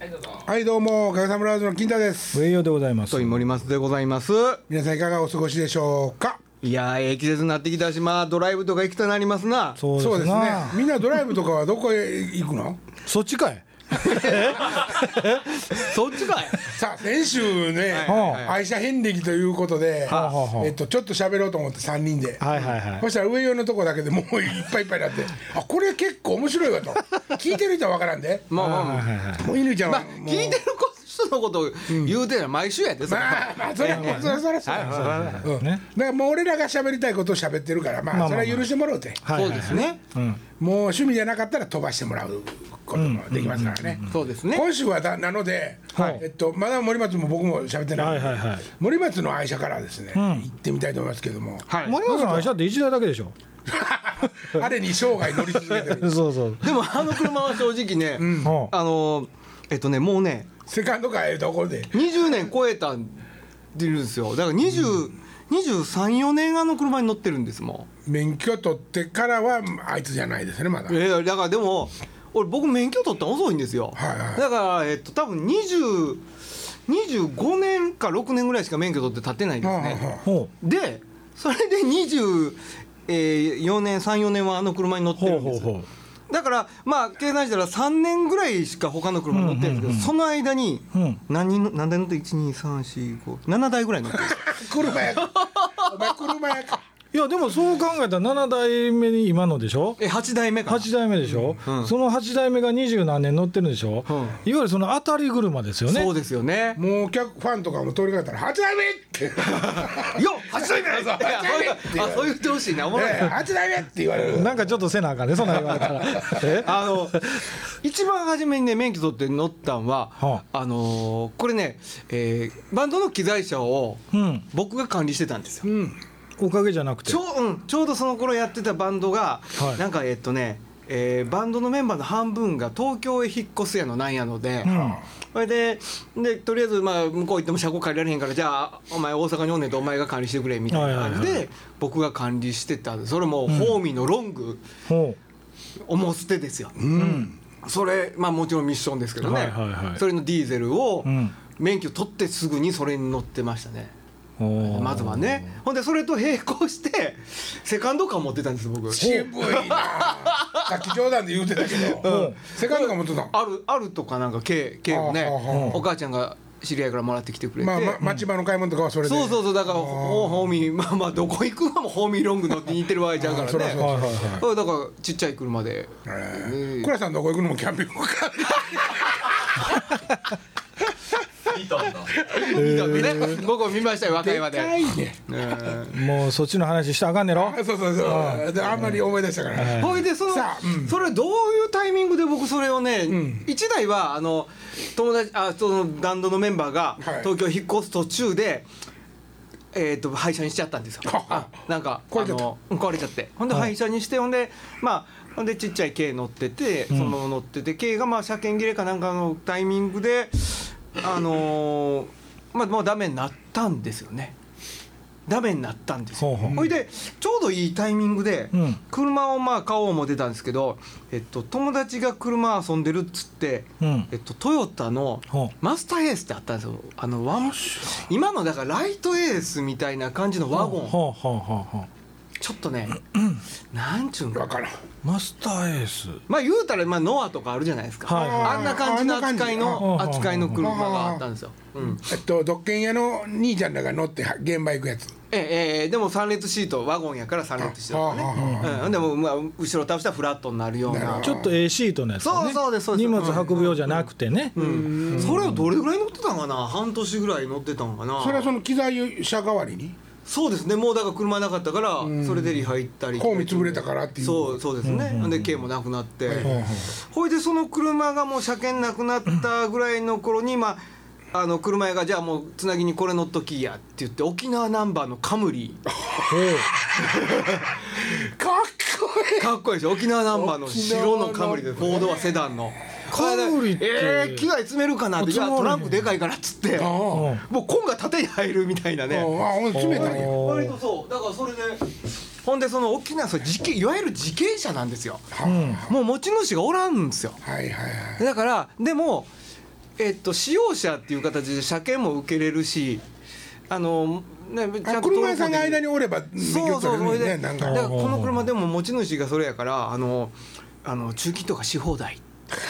はいどうも影サムラーズの金田です。 上与でございます。 と森松でございます。 皆さんいかがお過ごしでしょうか。 いやー季節になってきたし、まあドライブとか行きたなりますな。 そうですね。 なみんなドライブとかはどこへ行くの？ そっちかい。 そっちかい。 さあ先週ね、愛車遍歴ということで、ちょっと喋ろうと思って3人で、 はいはいはい。 そしたら上用のとこだけでもういっぱいいっぱいになって、あこれ結構面白いわと聞いてる人は分からんで、 まあまあまあ、 もう犬ちゃんはもう聞いてる人のことを言うてるのは毎週やで。 まあそれはそれだからもう俺らが喋りたいことを喋ってるから、まあそれは許してもらうて、 そうですね。 もう趣味じゃなかったら飛ばしてもらうこともできますからね。 そうですね。 今週はなので、まだ森松も僕も喋ってない、森松の愛車からですね、行ってみたいと思いますけども、 森松の愛車って1台だけでしょ。 あれに生涯乗り続けてる。 そうそう。 でもあの車は正直ね、もうねセカンドカーところで 20年超えたんですよ。だから23、4年あの車に乗ってるんですもん。免許取ってからはあいつじゃないですねまだ。 だからでも僕免許取ったの遅いんですよ。だから多分25年か6年ぐらいしか免許取って経ってないですね。でそれで24年3、4年はあの車に乗ってるんです。だからまあ計算したら3年ぐらいしか他の車に乗ってるんですけど、その間に何台乗って12345台ぐらい乗ってる。 車やお前車やか。 いやでもそう考えたら7代目に今のでしょ。 8代目かな。 8代目でしょ、その8代目が20何年乗ってるんでしょ、いわゆるその当たり車ですよね。 そうですよね。 もうファンとかも通りかかったら8代目ってよ8代目そう言ってほしいな。 8代目って言われる。 なんかちょっとせなあかんねそんな言われたら。 一番初めにね免許取って乗ったんは、これね、バンドの機材車を僕が管理してたんですよ。 おかげじゃなくてちょうどその頃やってたバンドが、なんかバンドのメンバーの半分が東京へ引っ越すやのなんやので、それでとりあえずまあ向こう行っても車庫借りられへんから、じゃあお前大阪におんねんとお前が管理してくれみたいな感じで僕が管理してたんで、それもホーミーのロング重捨てですよ。それまあもちろんミッションですけどね、それのディーゼルを免許取ってすぐにそれに乗ってましたね。まずはね。ほんでそれと並行してセカンドカー持ってたんです僕。 渋いな。さっき冗談で言うてたけど、セカンドカー持ってたの。あるとかなんか軽をね、お母ちゃんが知り合いからもらってきてくれて、 町場の買い物とかはそれで。 そうだからホーミーまあどこ行くのもホーミーロング乗って似てる場合ちゃうからね。だからちっちゃい車で。 倉さんどこ行くのもキャンピングカー。 見たね。僕見ましたよ和歌山で。 もうそっちの話したらあかんねろ。 そうであんまり思い出したから。 ほいでそれどういうタイミングで僕それをね、1台は友達そのバンドのメンバーが東京引っ越す途中で廃車にしちゃったんですよ。なんか壊れちゃって、ほんで廃車にして、ほんでちっちゃい軽乗ってて、そのまま乗ってて、軽がまあ車検切れかなんかのタイミングでもうダメになったんですよね。ダメになったんですよ。ほいでちょうどいいタイミングで車をまあ買おう思ってたんですけど、友達が車遊んでるっつって、トヨタのマスターエースってあったんですよ。今のだからライトエースみたいな感じのワゴン。ちょっとね、なんちゅうの分からん。 マスターエースまあ言うたらノアとかあるじゃないですか。あんな感じの扱いの車があったんですよ。 土建屋の兄ちゃんらが乗って現場行くやつ。 でも3列シートワゴンやから3列シートね。でも後ろ倒したらフラットになるようなちょっとシートのやつね。そうです。荷物運ぶようじゃなくてね。 それをどれぐらい乗ってたんかな。半年ぐらい乗ってたんかな。 それはその機材車代わりに。 そうですね。もうだから車なかったからそれでリハ行ったり、 ホーミー潰れたからっていう。 そうですね。で軽もなくなって、ほいでその車がもう車検なくなったぐらいの頃に車屋がじゃあもうつなぎにこれ乗っときやって言って、沖縄ナンバーのカムリかっこいいでしょ。沖縄ナンバーの白のカムリで、フォードはセダンのカムリって機材詰めるかなって、いやトランクでかいからっつって、もうコンが縦に入るみたいなね。 詰めたんや。 割とそうだからそれで、ほんでその沖縄いわゆる自軽車なんですよ。もう持ち主がおらんんですよ。だからでも使用者っていう形で車検も受けれるしね、 ちゃんと車屋さんが間におれば免許取れるね。なんかだからこの車でも持ち主がそれやから中金とかし放題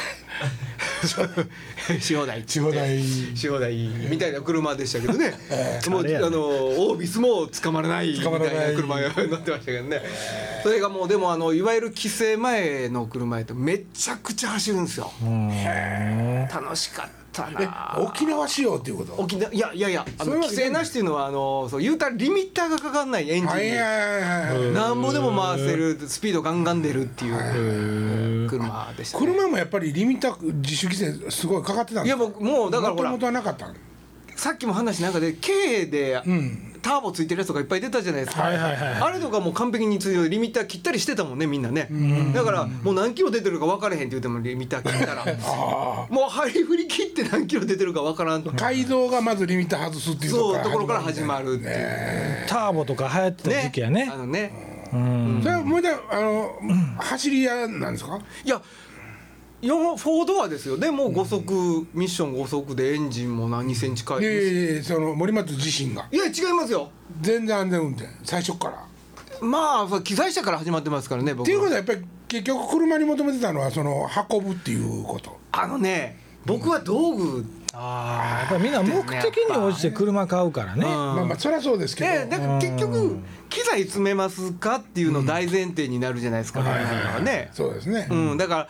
し放題みたいな車でしたけどねもうオービスも捕まらないみたいな車が乗ってましたけどねそれがもうでもいわゆる規制前の車やとめちゃくちゃ走るんですよ。楽しかったな。 沖縄仕様っていうこと？ 沖縄いや規制なしっていうのはそう言うたらリミッターがかかんないエンジンでなんぼでも回せるスピードガンガン出るっていう車でしたね。 車もやっぱりリミッター自主規制すごいかかってたんですか？ いやもうだからほら元々はなかったの。 さっきも話なんかで K でターボついてるやつとかいっぱい出たじゃないですか、あれとかもう完璧についてリミッター切ったりしてたもんねみんなね、だからもう何キロ出てるか分からへんって言ってもリミッター切ったらもう張り振り切って何キロ出てるか分からんと改造がまずリミッター外すっていうところから始まるっていう、 ターボとか流行ってた時期やね。 それはもう一回走り屋なんですか？ いや4ドアですよ。でも5速ミッション5速でエンジンも何センチかその森松自身がいや違いますよ。 全然安全運転最初からまあ機材車から始まってますからね僕は。 っていうことはやっぱり結局車に求めてたのはその運ぶっていうこと。 僕は道具やっぱりみんな目的に応じて車買うからね。 まあそりゃそうですけど、 だから結局機材詰めますかっていうの大前提になるじゃないですかね。 そうですね、 だから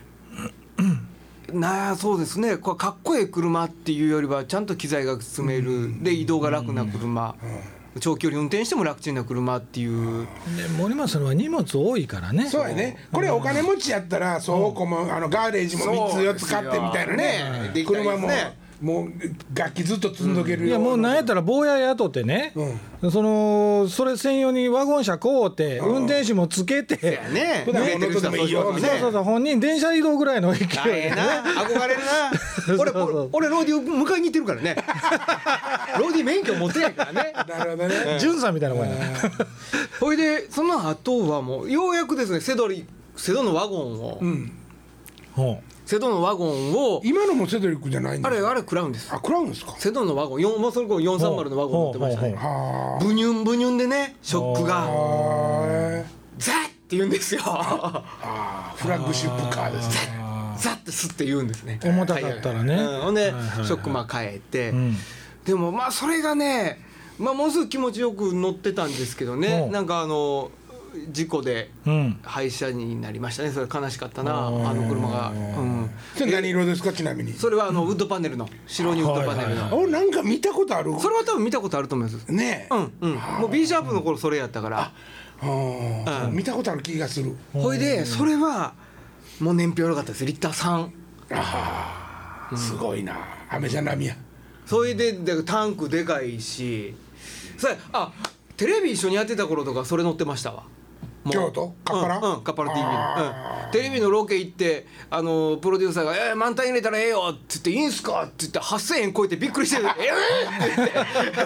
そうですねこれかっこいい車っていうよりはちゃんと機材が積めるで移動が楽な車、長距離運転しても楽ちんな車っていう。 で森松さんは荷物多いからね。 そうやね。これお金持ちやったら倉庫もガーレージも3つ4つ買ってみたいなね。車ももう楽器ずっと積んどけるような。 いやもうなんやったら坊や雇ってね、それ専用にワゴン車買うて運転手もつけて普段乗っててもいいよみたいな。 そう本人電車移動ぐらいの勢いで憧れるな。俺ローディを迎えに行ってるからね。ローディ免許持ってないからね。 なるほどね。 潤さんみたいなもんやな。 ほいでその後はもうようやくですねセドのワゴンをセドのワゴンを今のもセドリックじゃないんですか？ あれクラウンです。 クラウンですか？ セドのワゴンもうそれこそ430のワゴン乗ってましたね。ブニュンでねショックがザッって言うんですよ。フラッグシップカーですね。 ザッってスッて言うんですね。 重たかったらね。 ほんでショック変えて、でもまあそれがねものすごく気持ちよく乗ってたんですけどね、なんか事故で廃車になりましたね。それ悲しかったな車が。 それ何色ですかちなみに？ それはウッドパネルの白にウッドパネルの。 なんか見たことある。 それは多分見たことあると思いますね。 もう B シャープの頃それやったから。 見たことある気がする。 ほいでそれはもう燃費良かったです。リッター3。 すごいな。アメ車並みや。 それでタンクでかいし、テレビ一緒にやってた頃とかそれ乗ってましたわ。 京都カッパラ？ カッパラ TV の、テレビのロケ行ってプロデューサーが「満タン入れたらええよ」って言って「いいんすか?」って言って8000円超えてびっくりして「って言って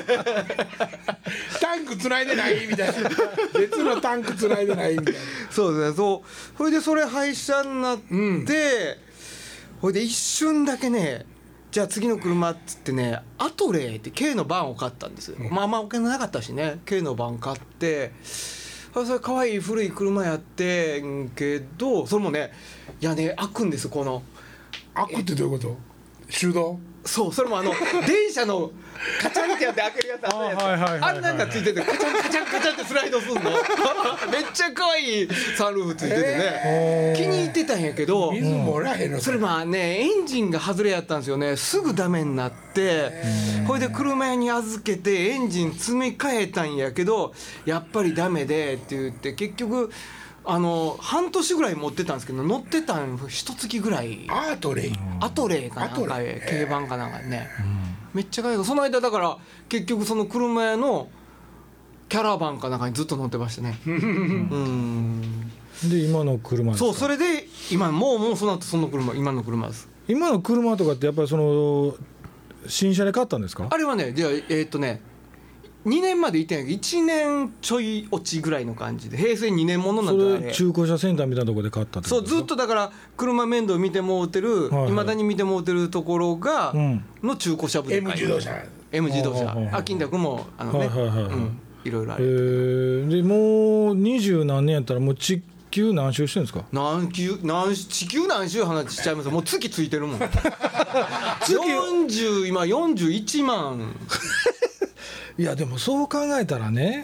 タンクつないでないみたいな。別のタンクつないでないみたいな。 そうですね。それでそれ廃車になって、それで一瞬だけねじゃあ次の車っつってねアトレーって K のバンを買ったんですよ。まあお金なかったしね K のバン買ってそれ可愛い古い車やってんけどそれもね屋根開くんです。この開くってどういうこと？手動？ そうそれも電車のカチャンってやって開けるやつあれなんかついててカチャンカチャンカチャンってスライドするのめっちゃ可愛いサンルーフついててね気に入ってたんやけど水もらえるのそれエンジンが外れやったんですよね。すぐダメになってこれで車屋に預けてエンジン積み替えたんやけどやっぱりダメでって言って結局半年ぐらい持ってたんですけど乗ってたん一月ぐらい。アトレーかなんか軽バンかなんかね、めっちゃ可愛い。その間だから結局その車屋のキャラバンかなんかにずっと乗ってましたね。 で今の車ですか？ そうそれで今もうその後その車今の車です。 今の車とかってやっぱり新車で買ったんですか？ あれはねじゃあ 2年まで行ってないけど1年ちょい落ちぐらいの感じで平成2年ものなんだそれ中古車センターみたいなところで買ったってことそうずっとだから車面倒見てもうてるいまだに見てもうてるところがの中古車部で M 自動車 M 自動車金田君もねいろいろあるでもう20何年やったらもう地球何周してるんですか地球何周話しちゃいますもう月ついてるもん今41万いやでもそう考えたらね、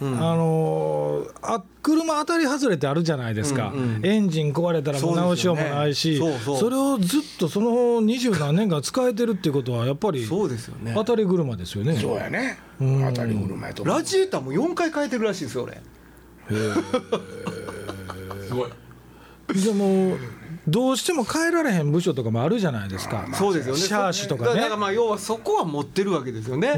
車当たり外れてあるじゃないですか、エンジン壊れたらもう直しようもないし それをずっとその20何年間使えてるっていうことはやっぱり当たり車ですよね。 そうやね、当たり車やとラジエーターも4回変えてるらしいですよ俺。 すごい。 でもどうしても変えられへん部署とかもあるじゃないですか。 そうですよね。 シャーシとかね。 だから要はそこは持ってるわけですよね。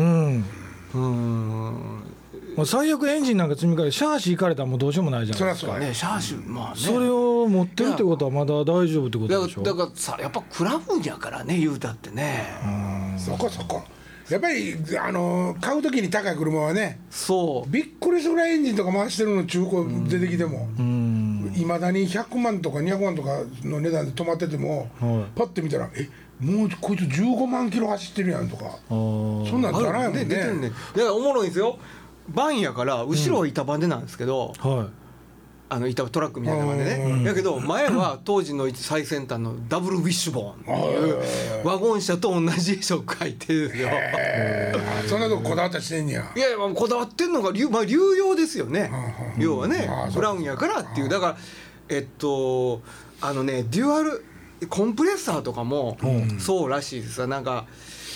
もう最悪エンジンなんか積み替えシャーシ行かれたらもうどうしようもないじゃないですか。 ね、シャーシまあね。 それを持ってるってことはまだ大丈夫ってことでしょ。 だからさやっぱクラウンやからね言うたってね。 そこやっぱり買う時に高い車はねそうびっくりするぐらいエンジンとか回してるの中古出てきてもいまだに100万とか200万とかの値段で止まってても、パッて見たらもうこいつ15万キロ走ってるやんとかそんなんじゃないもんね。 出てるね。だからおもろいんですよ。バンやから後ろは板バネなんですけど、板トラックみたいな感じでね。だけど前は当時の最先端のダブルウィッシュボーンっていうワゴン車と同じ絵書書いてるんですよ。 そんなとここだわったりしてんねや。 いやこだわってんのが流用ですよね。要はねクラウンやからっていう。だからデュアルコンプレッサーとかもそうらしいです。なんか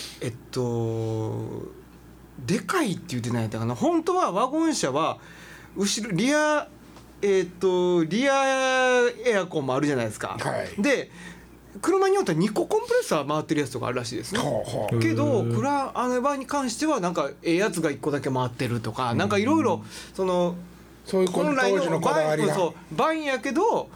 でかいって言ってないんだかな。本当はワゴン車は後ろリアエアコンもあるじゃないですか。で車によっては2個コンプレッサー回ってるやつとかあるらしいですね。けど場合に関してはなんかやつが1個だけ回ってるとかなんかいろいろそういう本来のこだわりがバンやけど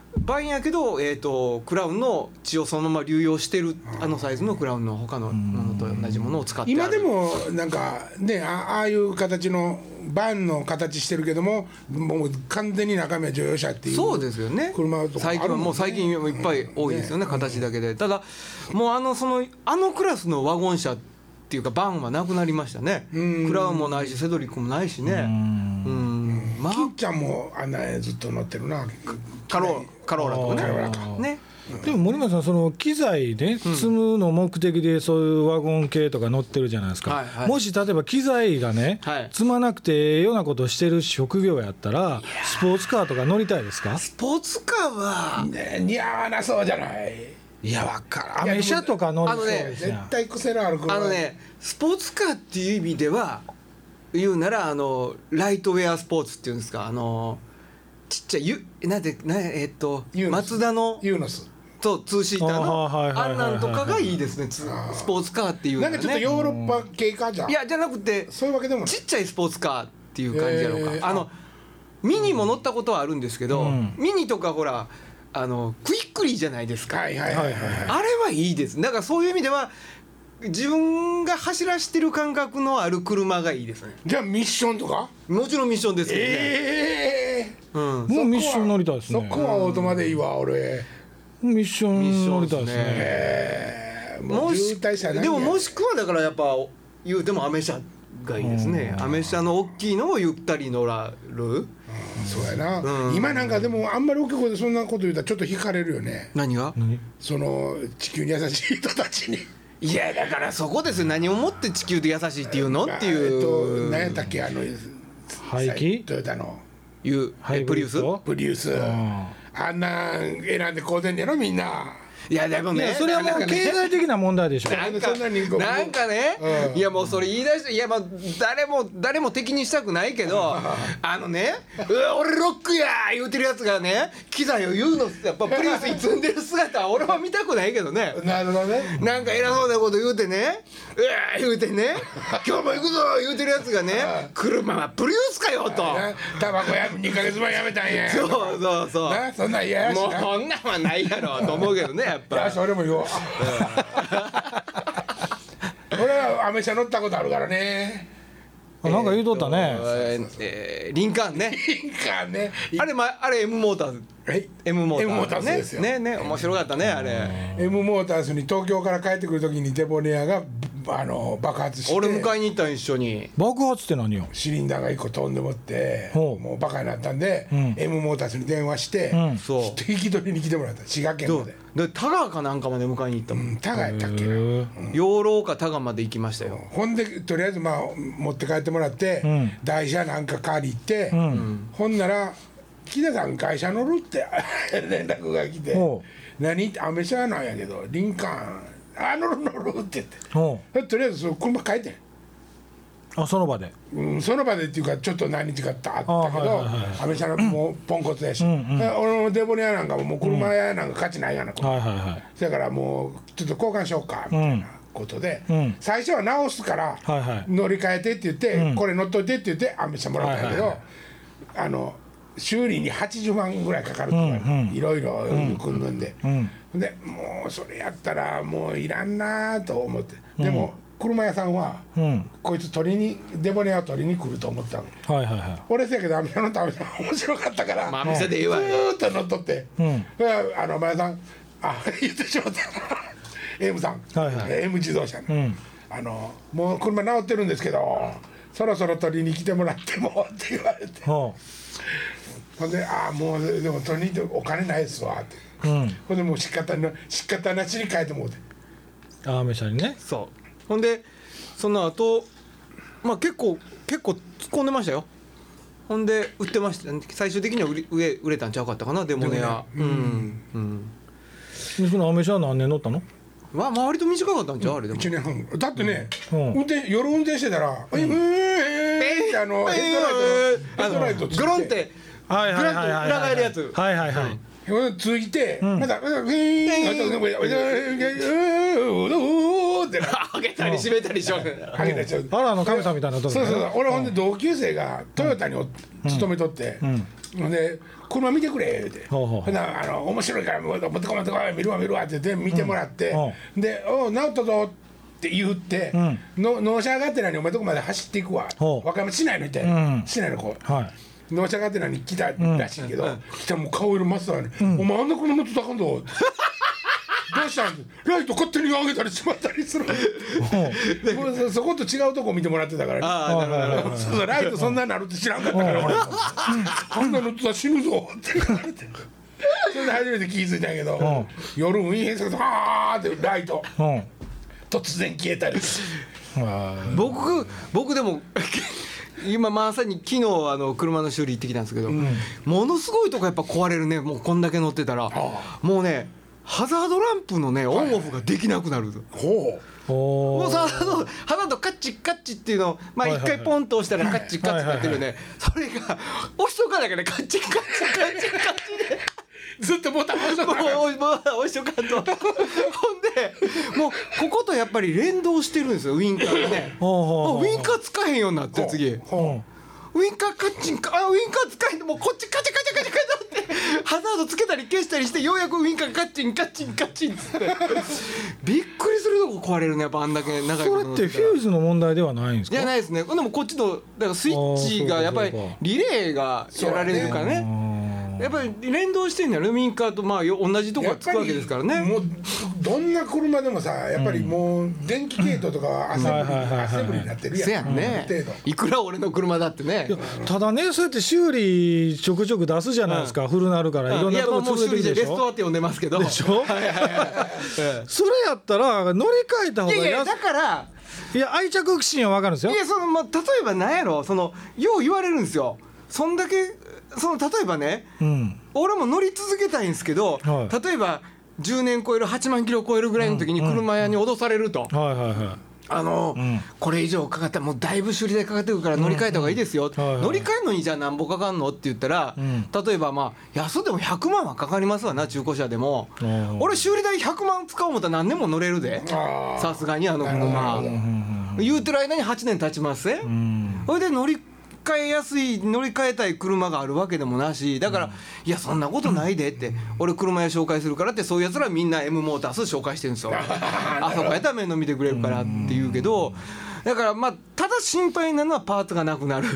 クラウンの血をそのまま流用してるサイズのクラウンの他のものと同じものを使ってある。 今でもなんかねああいう形のバンの形してるけどももう完全に中身は乗用車っていうそうですよね。 車とかあるもんね。 最近いっぱい多いですよね、形だけで。ただもうクラスのワゴン車っていうかバンはなくなりましたね。クラウンもないしセドリックもないしね。 金ちゃんもあんなずっと乗ってるな。 カローラとかね。 カローラかね。でも森村さんその機材ね積むの目的でそういうワゴン系とか乗ってるじゃないですか。もし例えば機材がね積まなくてええようなことをしてる職業やったらスポーツカーとか乗りたいですか。 スポーツカーは似合わなそうじゃない。 いや分からん。アメ車とか乗りそうですね。 絶対癖のある車。 スポーツカーっていう意味では言うならライトウェアスポーツっていうんですか。ちっちゃいマツダのユーノスと2シーターのあんなんとかがいいですね。スポーツカーっていうのはね。 なんかちょっとヨーロッパ系かじゃん。 いやじゃなくてそういうわけでもない。 ちっちゃいスポーツカーっていう感じやろうか。ミニも乗ったことはあるんですけど、ミニとかほらクイックリーじゃないですか。あれはいいです。だからそういう意味では自分が走らしてる感覚のある車がいいですね。 じゃあミッションとかもちろんミッションですけどね。 もうミッション乗りたいですね。 そこはオートマでいいわ俺。 ミッション乗りたいですね。 でももしくはだからやっぱ言うてもアメ車がいいですね。アメ車の大きいのをゆったり乗らる。 そうやな。今なんかでもあんまり大きい声でそんなこと言うたらちょっと惹かれるよね。 何が？ その地球に優しい人たちに。 いやだからそこですよ。何をもって地球で優しいっていうのっていう。 何やったっけ排気？ トヨタのプリウス。 あんなん選んでこうでんねやろみんな。 いやでもねそれはもう経済的な問題でしょ。 なんかね、いやもうそれ言い出して、いやまあ誰も敵にしたくないけど俺ロックや言うてるやつがね機材を言うのやっぱプリウスに積んでる姿は俺は見たくないけどね。 なるほどね。 なんか偉そうなこと言うてね言うてね今日も行くぞ言うてるやつがね車はプリウスかよと。 タバコ2ヶ月前やめたんや。 そうそんなん嫌やしな。 もうそんなんはないやろと思うけどね。 いやそれも言おう。俺はアメ車乗ったことあるからね。 なんか言うとったね、 リンカーンねリンカーンね、 あれ M モーターズ、 はい、 M モーターズですよね面白かったねあれ。 M モーターズに東京から帰ってくる時にデボネアが爆発して、 俺迎えに行ったん一緒に。 爆発って何よ。 シリンダーが1個飛んでもってもうバカになったんで、M モーターズに電話して、引き取りに来てもらった。滋賀県まで田川かなんかまで迎えに行ったもん。 田川やったっけな、 養老か田川まで行きましたよ。 ほんでとりあえず持って帰ってもらって、台車なんか借りて、ほんなら木田さん会社乗るって連絡が来て、何ってアメ車なんやけどリンカーン乗るって言って、とりあえずその車変えてん、その場で、 その場でっていうかちょっと何日かあったけど、アメ車のもうポンコツやし、俺のデボネアなんかもう車屋なんか価値ないやな、だからもうちょっと交換しようかみたいなことで、最初は直すから乗り換えてって言って、これ乗っといてって言ってアメ車もらったんやけど、修理に80万ぐらいかかるとか、いろいろ組んで、でもうそれやったらもういらんなと思って、でも車屋さんは、こいつデボネアを取りに来ると思ったの、俺せやけどアメ車のために面白かったから、 店で言うわずーっと乗っとって、前さん言ってしまったM さん、M 自動車の、もう車直ってるんですけどそろそろ取りに来てもらってもって言われて、ほんでもうでも取りに行ってお金ないっすわって、ほんでもう仕方なしに変えてもうて、 アメ車にね。 そうほんでその後結構突っ込んでましたよ。ほんで売ってました。最終的には売れたんちゃうかったかなデモネア。 そのアメ車は何年乗ったの？ 割と短かったんちゃうあれでも。 1年半だってね、夜運転してたらヘッドライトグロンってグロンって裏返るやつ。 ついてまた上げたり閉めたりしよう。 神様みたいなとこ。 そう俺ほんで同級生がトヨタに勤めとって、ほんで車見てくれって、ほんなら面白いから持ってこい見るわって言って見てもらって、で「直ったぞ」って言って納車がてらにお前とこまで走っていくわ、和歌山市内の人や、市内の子納車がてらに来たらしいけど、来たらもう顔色真っ青に「お前あんな車乗ってたかんぞ」どうしたんライト勝手に上げたりしまったりするそこと違うとこ見てもらってたから、ライトそんなになるって知らんかったから俺あんなのってたら死ぬぞって言われて、それで初めて気づいたんやけど、夜運転するとはーってライト突然消えたり僕でも今まさに昨日車の修理行ってきたんですけど、ものすごいとこやっぱ壊れるね。もうこんだけ乗ってたらもうねハザードランプのねオンオフができなくなる。もうハザードカッチカッチっていうのを一回ポンと押したらカッチカッチになってるよね。それが押しとかなきゃねカッチカッチカッチカッチでずっとボタン押しとかな押しとかんとほんでもうこことやっぱり連動してるんですよウインカーがね。ウインカー使えへんようになって次ウインカーカッチンウインカー使えんともうこっちカチャカチャカチャカチャってハザードつけたり消したりしてようやくウインカーカッチンカッチンカッチンっつってびっくりするとこ壊れるねやっぱあんだけ長いこと乗ってたら。 それってフューズの問題ではないんですか？ じゃないですね。でもこっちのだからスイッチがやっぱりリレーがやられるからね。やっぱり連動してんだよウインカーと同じとこがつくわけですからね。 もうどんな車でもさやっぱりもう電気系統とかはアセンブリになってるやん。 せやんね。いくら俺の車だってね。 ただねそうやって修理ちょくちょく出すじゃないですか、古なるからいろんなとこ潰れてるでしょ。 ベストアって呼んでますけど。でしょ。 それやったら乗り換えた方がいやだから愛着心は分かるんですよ。 いや例えば何やろよう言われるんですよ。そんだけ例えばね、俺も乗り続けたいんですけど、例えば10年超える8万キロ超えるぐらいの時に車屋に脅されると、これ以上かかったらもうだいぶ修理代かかってくるから乗り換えた方がいいですよ、乗り換えるのにじゃあなんぼかかんのって言ったら、例えば安でも100万はかかりますわな中古車でも。俺修理代100万使おう思ったら何年も乗れるでさすがに車言うてる間に8年経ちますね。それで乗り換えたい車があるわけでもなしだから、いやそんなことないでって俺車屋紹介するからってそういうやつらみんな M モータース紹介してるんですよ。あそこやったら面倒見てくれるからって言うけどだからまあただ心配なのはパーツがなくなる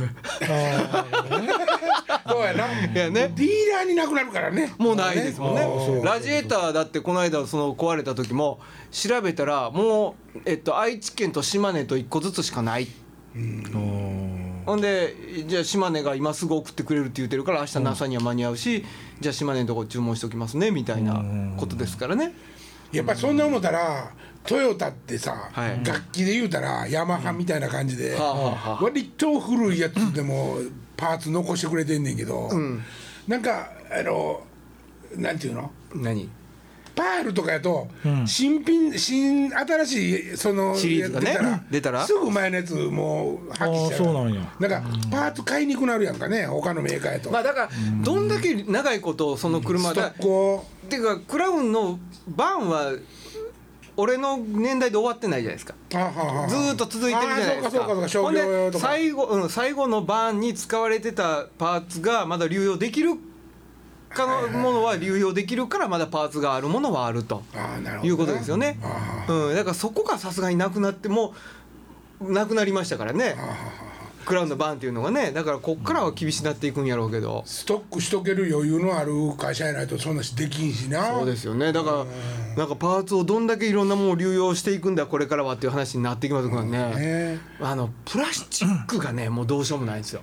そうやな。いやね、ディーラーになくなるからね。 もうないですもんね。ラジエーターだってこの間その壊れた時も調べたらもう、愛知県と島根と1個ずつしかない。ほんでじゃあ島根が今すぐ送ってくれるって言ってるから明日の朝には間に合うし、じゃあ島根のとこ注文しておきますねみたいなことですからね。 やっぱりそんな思ったらトヨタってさ、楽器で言うたらヤマハみたいな感じで、割と古いやつでもパーツ残してくれてんねんけど、なんかなんていうの、 何パールとかやと、新しいそのシリーズがね出たらすぐ前のやつもう破棄しちゃう。 そうなんや。 なんかパーツ買いにくくなるやんかね、他のメーカーやと。 まあだからどんだけ長いことその車だ、っていうかクラウンのバンは俺の年代で終わってないじゃないですか。ずーっと続いてるじゃないですか。ほんで最後のバンに使われてたパーツがまだ流用できる他のものは流用できるからまだパーツがあるものはあるということですよね。だからそこがさすがになくなってもなくなりましたからね、クラウンのバンっていうのがね。だからこっからは厳しくなっていくんやろうけど、 ストックしとける余裕のある会社やないとそんなしできんしな。 そうですよね。だからなんかパーツをどんだけいろんなものを流用していくんだこれからはっていう話になってきますからね。プラスチックがねもうどうしようもないんですよ。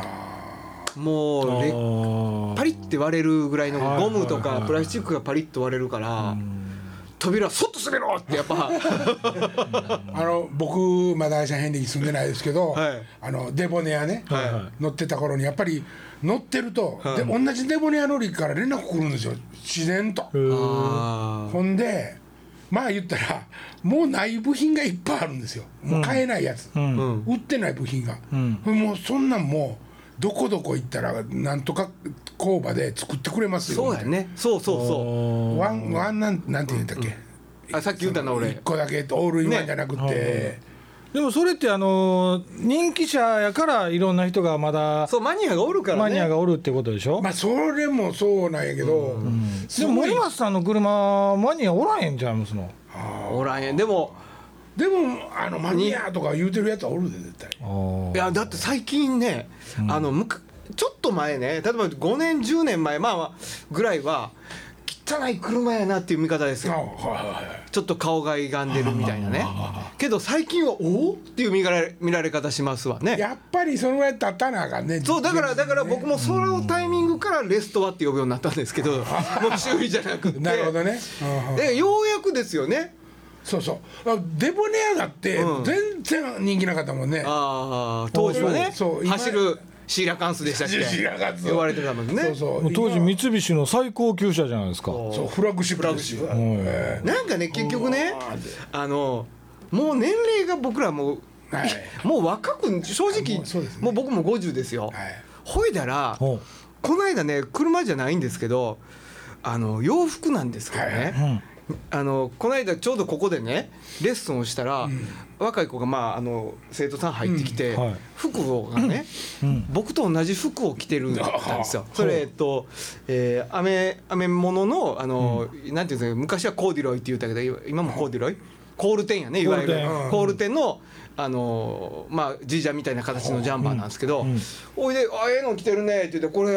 もうパリッて割れるぐらいのゴムとかプラスチックがパリッと割れるから扉そっと滑ろうってやっぱ僕まだ愛車遍歴住んでないですけど、デボネアね、乗ってた頃にやっぱり乗ってると、で同じデボネア乗りから連絡来るんですよ、自然と。ほんでまあ言ったらもうない部品がいっぱいあるんですよ。もう買えないやつ、売ってない部品が、もうそんなんもうどこどこ行ったらなんとか工場で作ってくれますよ。 そうやね。そうワンなんて言うんだっけ、 さっき言ったな俺 1個だけオールインワンじゃなくて、 でもそれって人気車やからいろんな人がまだそうマニアがおるからね。 マニアがおるってことでしょ。 まあそれもそうなんやけど、 でも森松さんの車マニアおらへんちゃいますの。 おらへん。でもマニアとか言うてるやつはおるで絶対。 いやだって最近ね、ちょっと前ね、例えば5年10年前ぐらいは汚い車やなっていう見方ですよ。ちょっと顔が歪んでるみたいなね。けど最近はおっていう見られ方しますわね。 やっぱりそのぐらい経ったなあかんね。 そうだから僕もそのタイミングからレストアって呼ぶようになったんですけどもう修理じゃなくて。 なるほどね。 でようやくですよね。 そうデボネアだって全然人気なかったもんね。 当時はね、走るシーラカンスでしたっけ、呼ばれてたもんね。 当時三菱の最高級車じゃないですか。 そうフラッグシップですよ。 なんかね結局ねもう年齢が僕らもう若く正直もう僕も50ですよ。ほいだらこの間ね車じゃないんですけど洋服なんですけどね、この間ちょうどここでねレッスンをしたら、若い子が生徒さん入ってきて、服がね、僕と同じ服を着てるんですよ。それアメ物のなんていうんですか、昔はコーディロイって言ったけど今もコーディロイ、コールテンやね、いわゆるコールテンのジージャンみたいな形のジャンバーなんですけど、おいでええの着てるねって言って、これ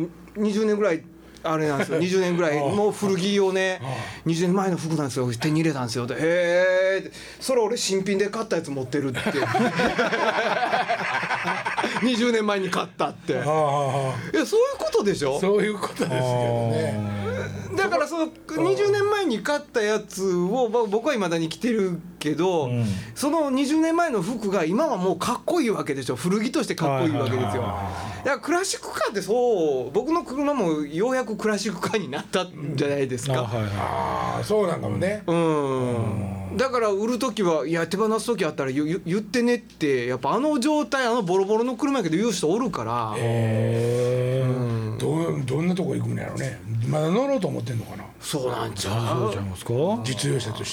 20年ぐらいあれなんですよ、20年ぐらいの古着をね、20年前の服なんですよ、手に入れたんですよ。でへえ、それ俺新品で買ったやつ持ってるって20年前に買ったって。いやそういうことでしょ。 そういうことですけどね。 だからその20年前に買ったやつを僕はいまだに着てるけど、その20年前の服が今はもうかっこいいわけでしょ。古着としてかっこいいわけですよ。だからクラシックカーってそう僕の車もようやくクラシックカーになったんじゃないですか。 そうなんかもね。 だから売る時はいや手放す時あったら言ってねって、やっぱ状態ボロボロの車やけど言う人おるから。 どんなとこ行くんやろうね。まだ乗ろうと思ってんのかな。 そうなんちゃう。 そうちゃいますか。 実用車として。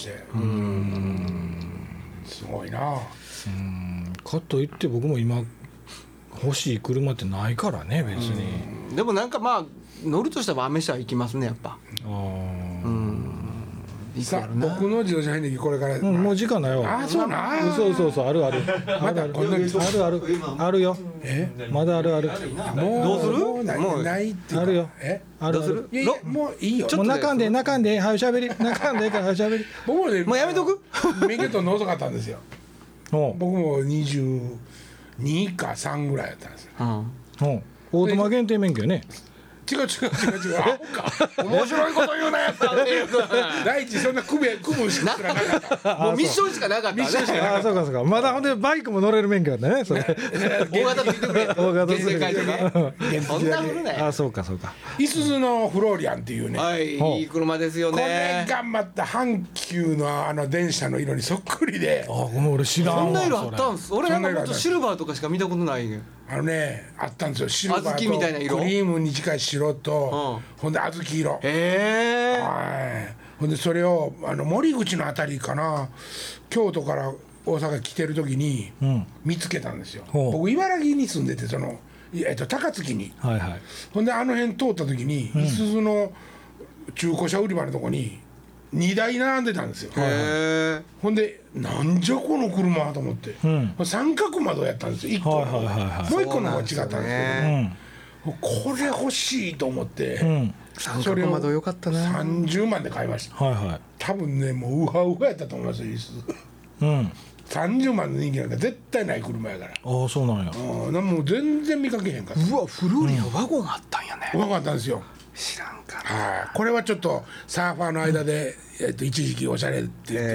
すごいな。 かといって僕も今欲しい車ってないからね別に。 でもなんか乗るとしたらアメ車行きますねやっぱ。 さあ僕の自動車遍歴これから、 もう時間だよ。 ああそうな。 そうあるあるまだこんなにあるよ。まだある。 もうどうするもうないっていうかあるよ。あるどうする。 いやもういいよ。 もう中んではいしゃべり中んでからはいしゃべり。 僕もねもうやめとく。 免許取るの遅かったんですよ。僕も22か3ぐらいやったんですよ。 オートマ限定免許ね。 違うあ面白いこと言うなやった第一そんな組むしかなかったもうミッションしかなかったね。 あそうかまだほんでバイクも乗れる免許だねそれ。 大型ついてくれ。 大型ついてくれ。 原付ね。そんなふうね。 あそうかいすゞのフローリアンっていうね、 はいいい車ですよこれね。 頑張った阪急の電車の色にそっくりで、 ごめん俺知らんわ。 そんな色あったんす。俺なんかもっとシルバーとかしか見たことないね。 あったんですよ。シルバーと小豆みたいな色クリームに近い白と、ほんで小豆色。はいほんでそれを森口のあたりかな、京都から大阪来てる時に見つけたんですよ。僕茨城に住んでて高槻に、ほんで辺通った時にいすゞの中古車売り場のとこに2台並んでたんですよ。ほんでなんじゃこの車と思って、三角窓やったんですよ1個の、もう1個の方が違ったんですけど、これ欲しいと思って、 三角窓よかったな。 30万で買いました。多分ねもうウハウハやったと思いますよ。30万の人気なんか絶対ない車やから。 ああそうなんや。 もう全然見かけへんから。 うわフローリアンワゴンあったんやね。 ワゴンあったんですよ。 知らんかな。これはちょっとサーファーの間で、一時期おしゃれって言って、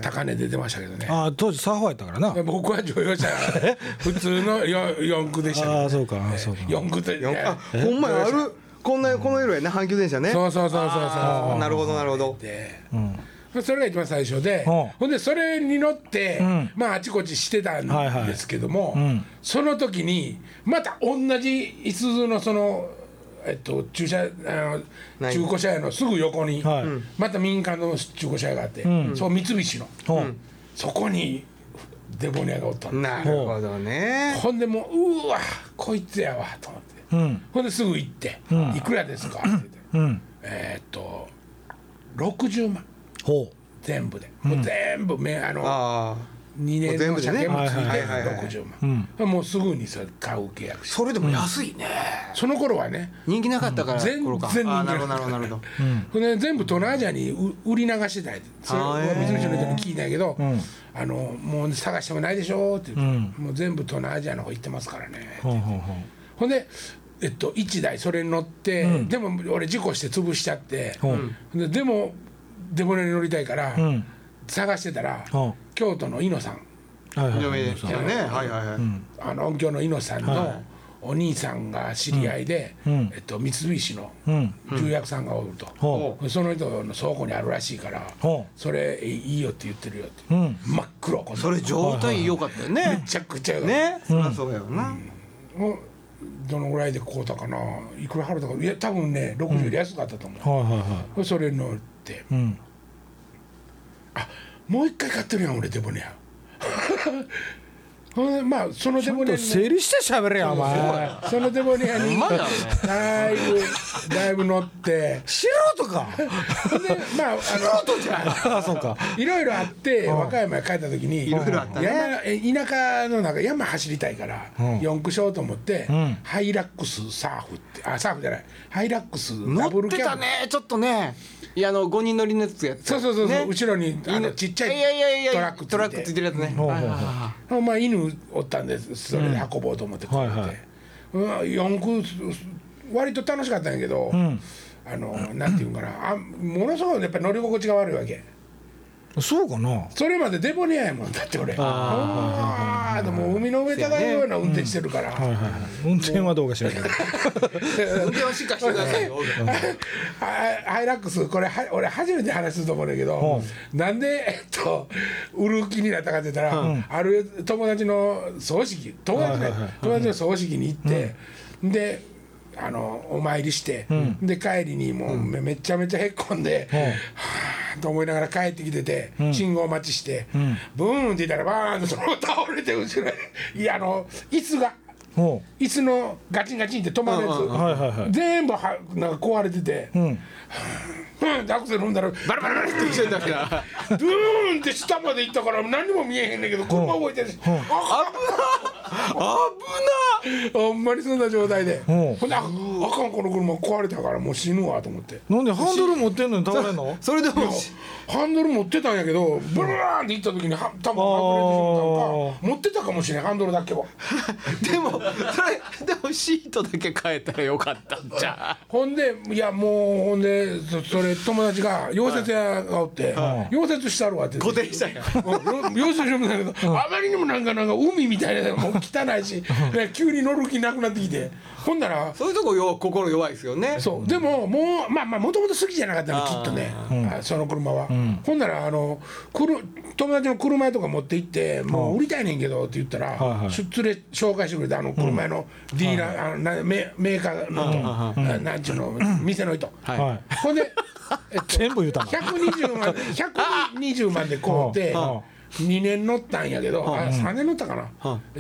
高値で出ましたけどね。 当時サーファーやったからな。 僕は乗用車普通の四駆でしたけど、ね。 そうか四駆とほんまやある。この色やね阪急電車ね。 そうなるほど。 それが一番最初で、ほんでそれに乗って、あちこちしてたんですけども、その時にまた同じいすゞのその中古車屋のすぐ横に、また民間の中古車屋があって、そう三菱の、そこにデボニアがおったんです。 なるほどね。 ほんでもうわこいつやわと思って、ほんですぐ行って「いくらですか?」って言って60万全部で、もう全部2年の車検もついて60万、もうすぐにそれ買う契約して。 それでも安いね。 その頃はね人気なかったから。 全然人気なかった。 なるほど。 全部東南アジアに売り流してたり、それは三菱の人に聞いたんやけど、もう探してもないでしょって言って、もう全部東南アジアの方行ってますからねって言って、ほんで1台それに乗って、でも俺事故して潰しちゃって、でもデボネに乗りたいから探してたら、京都の猪野さん、音響の猪野さんのお兄さんが知り合いで、三菱の重役さんがおると、その人の倉庫にあるらしいから、それいいよって言ってるよって、真っ黒。 それ状態良かったよね。 めちゃくちゃ良かったね。そりゃそうやよな。 どのぐらいで買うたかな、いくら払ったか、いや多分ね60より安かったと思う。それ乗って、もう一回買ってるやん俺デボネア。そのデボネアに整理して喋れやお前。 そのデボネアにだいぶ乗って素人か。 で素人じゃん。そうか。いろいろあって和歌山へ帰った時に田舎の中山走りたいから四駆しようと思ってハイラックスサーフってサーフじゃないハイラックスダブルキャブ。 乗ってたねちょっとね。いや5人乗りのやつやって。 そう後ろにちっちゃいトラックついてるやつね。犬おったんですそれで運ぼうと思ってこうやって四駆割と楽しかったんやけど、なんていうんかな、ものすごいやっぱり乗り心地が悪いわけ。 そうかな。 それまでデボネアやもんだって俺。でも海の上漂うような運転してるから。 運転はどうかしらんけど。 運転はしっかりしてくださいよ。 ハイラックスこれ俺初めて話すると思うんだけど、なんで売る気になったかって言ったら、ある友達の葬式友達の葬式に行って、でお参りして、で帰りにもうめちゃめちゃへっこんで、はぁと思いながら帰ってきてて、信号待ちして、ブーンって言ったらバーンとそのまま倒れて後ろに椅子が椅子のガチンガチンって止まるやつ全部なんか壊れてて、でアクセル踏んだらバラバラバラってきてんだからドゥーンって下まで行ったから何も見えへんねんけど車動いてるし、危なほんまにそんな状態で、ほんであかんこの車壊れたからもう死ぬわと思って。 なんでハンドル持ってんのに倒れんの？ それでもハンドル持ってたんやけどブラーンって行った時に多分ハンドルてしまったのか持ってたかもしれんハンドルだけはでもシートだけ変えたらよかったんじゃほんでいやもうほんでそれ友達が溶接屋がおって溶接したるわって固定したんや溶接してるんだけどあまりにもなんか海みたいなもう汚いし急に乗る気なくなってきてほんならそういうとこ心弱いですよね。 そうでももうもともと好きじゃなかったのきっとねその車は、ほんなら友達の車屋とか持って行ってもう売りたいねんけどって言ったら紹介してくれた車屋のディーラーメーカーの人なんちゅうの店の人ほんで全部言うたの 120万で買うて2年乗ったんやけど3年乗ったかな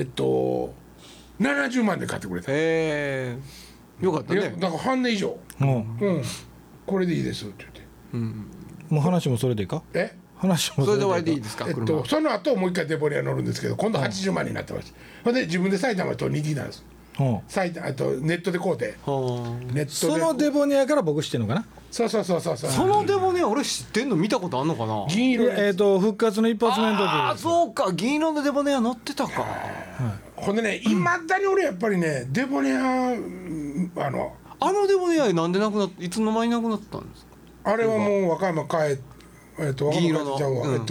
70万で買ってくれた。 よかったね。 だから半年以上これでいいですって言ってもう話もそれでいいか？話もそれで終わりでいいですか？ その後もう一回デボリア乗るんですけど今度80万になってました。ほんで自分で埼玉と似てきたんです。埼玉とネットで買うてネットでそのデボニアから僕知ってんのかな？ そうそのデボニア俺知ってんの見たことあんのかな？ 銀色復活の一発目の時。 ああそうか銀色のデボニア乗ってたか。 ほんでねいまだに俺やっぱりねデボニアあのデボニアなんでなくなったいつの間になくなったんですか？ あれはもう和歌山帰銀色の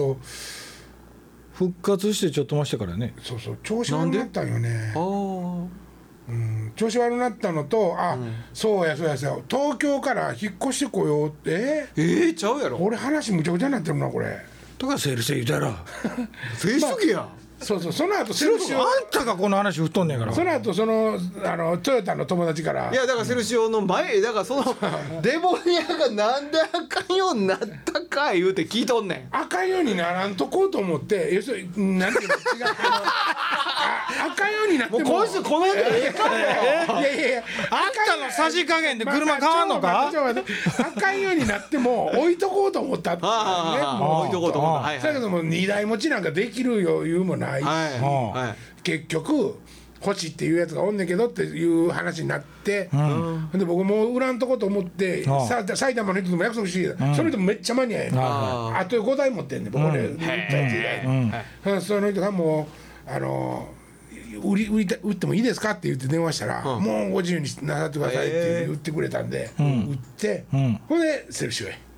復活してちょっと増してからね。 そう調子悪くなったんよね。調子悪くなったのとそうや東京から引っ越してこようってちゃうやろ俺話むちゃくちゃになってるなこれとか整理して言うたら整理しとけや。 そうその後セルシオあんたがこの話振っとんねんから。 その後トヨタの友達からいやだからセルシオの前だからそのデボニアがなんであかんようになったか言うて聞いとんねん。 あかんようにならんとこうと思って要するになんていうの違うあかんようになってももうこいつこの辺でええかよ。 いやあんたのさじ加減で車変わんのか？ あかんようになっても置いとこうと思ったってね置いとこうと思った。 だけども2台持ちなんかできる余裕もないし結局欲しいっていうやつがおんねんけどっていう話になってで僕もう売らんとこと思って埼玉の人とも約束してその人もめっちゃマニアやねんあと5台持ってんねん僕俺売ったやつその人がもう売ってもいいですかって言って電話したらもうご自由になさってくださいって言ってくれたんで売ってほんでセルシオへ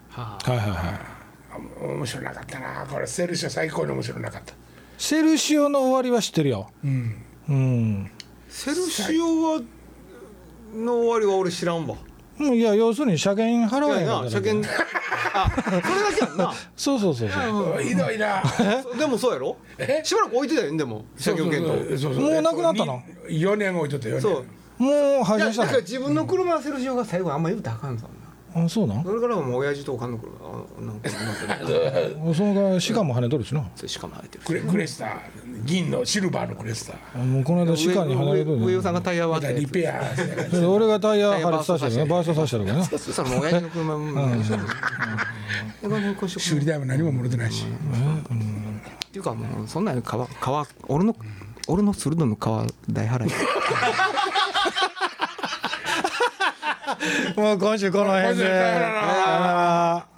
面白なかったなこれセルシオ最高に面白なかった。 セルシオの終わりは知ってるよ。 セルシオの終わりは俺知らんわ。 いや要するに車検払わへんから車検それだけやんな。 そうひどいなでもそうやろしばらく置いてたよねでも車検検討もうなくなったの 4年置いとった4年もう廃車したの。 だから自分の車はセルシオが最後あんま言うたらあかんさんな。 そうなん？ それからはもう親父とおかんの車そのがシカも跳ねとるしな。 シカも跳ねてるクレスター銀のシルバーのクレスターもうこの間シカに跳ねとる上尾さんがタイヤ割ってリペア俺がタイヤ張りさせたバーストさせたからね。 そしたらもう親父の車も修理代も何ももろてないしっていうかもうそんなに皮俺の鋭の皮大払いもう今週この辺で。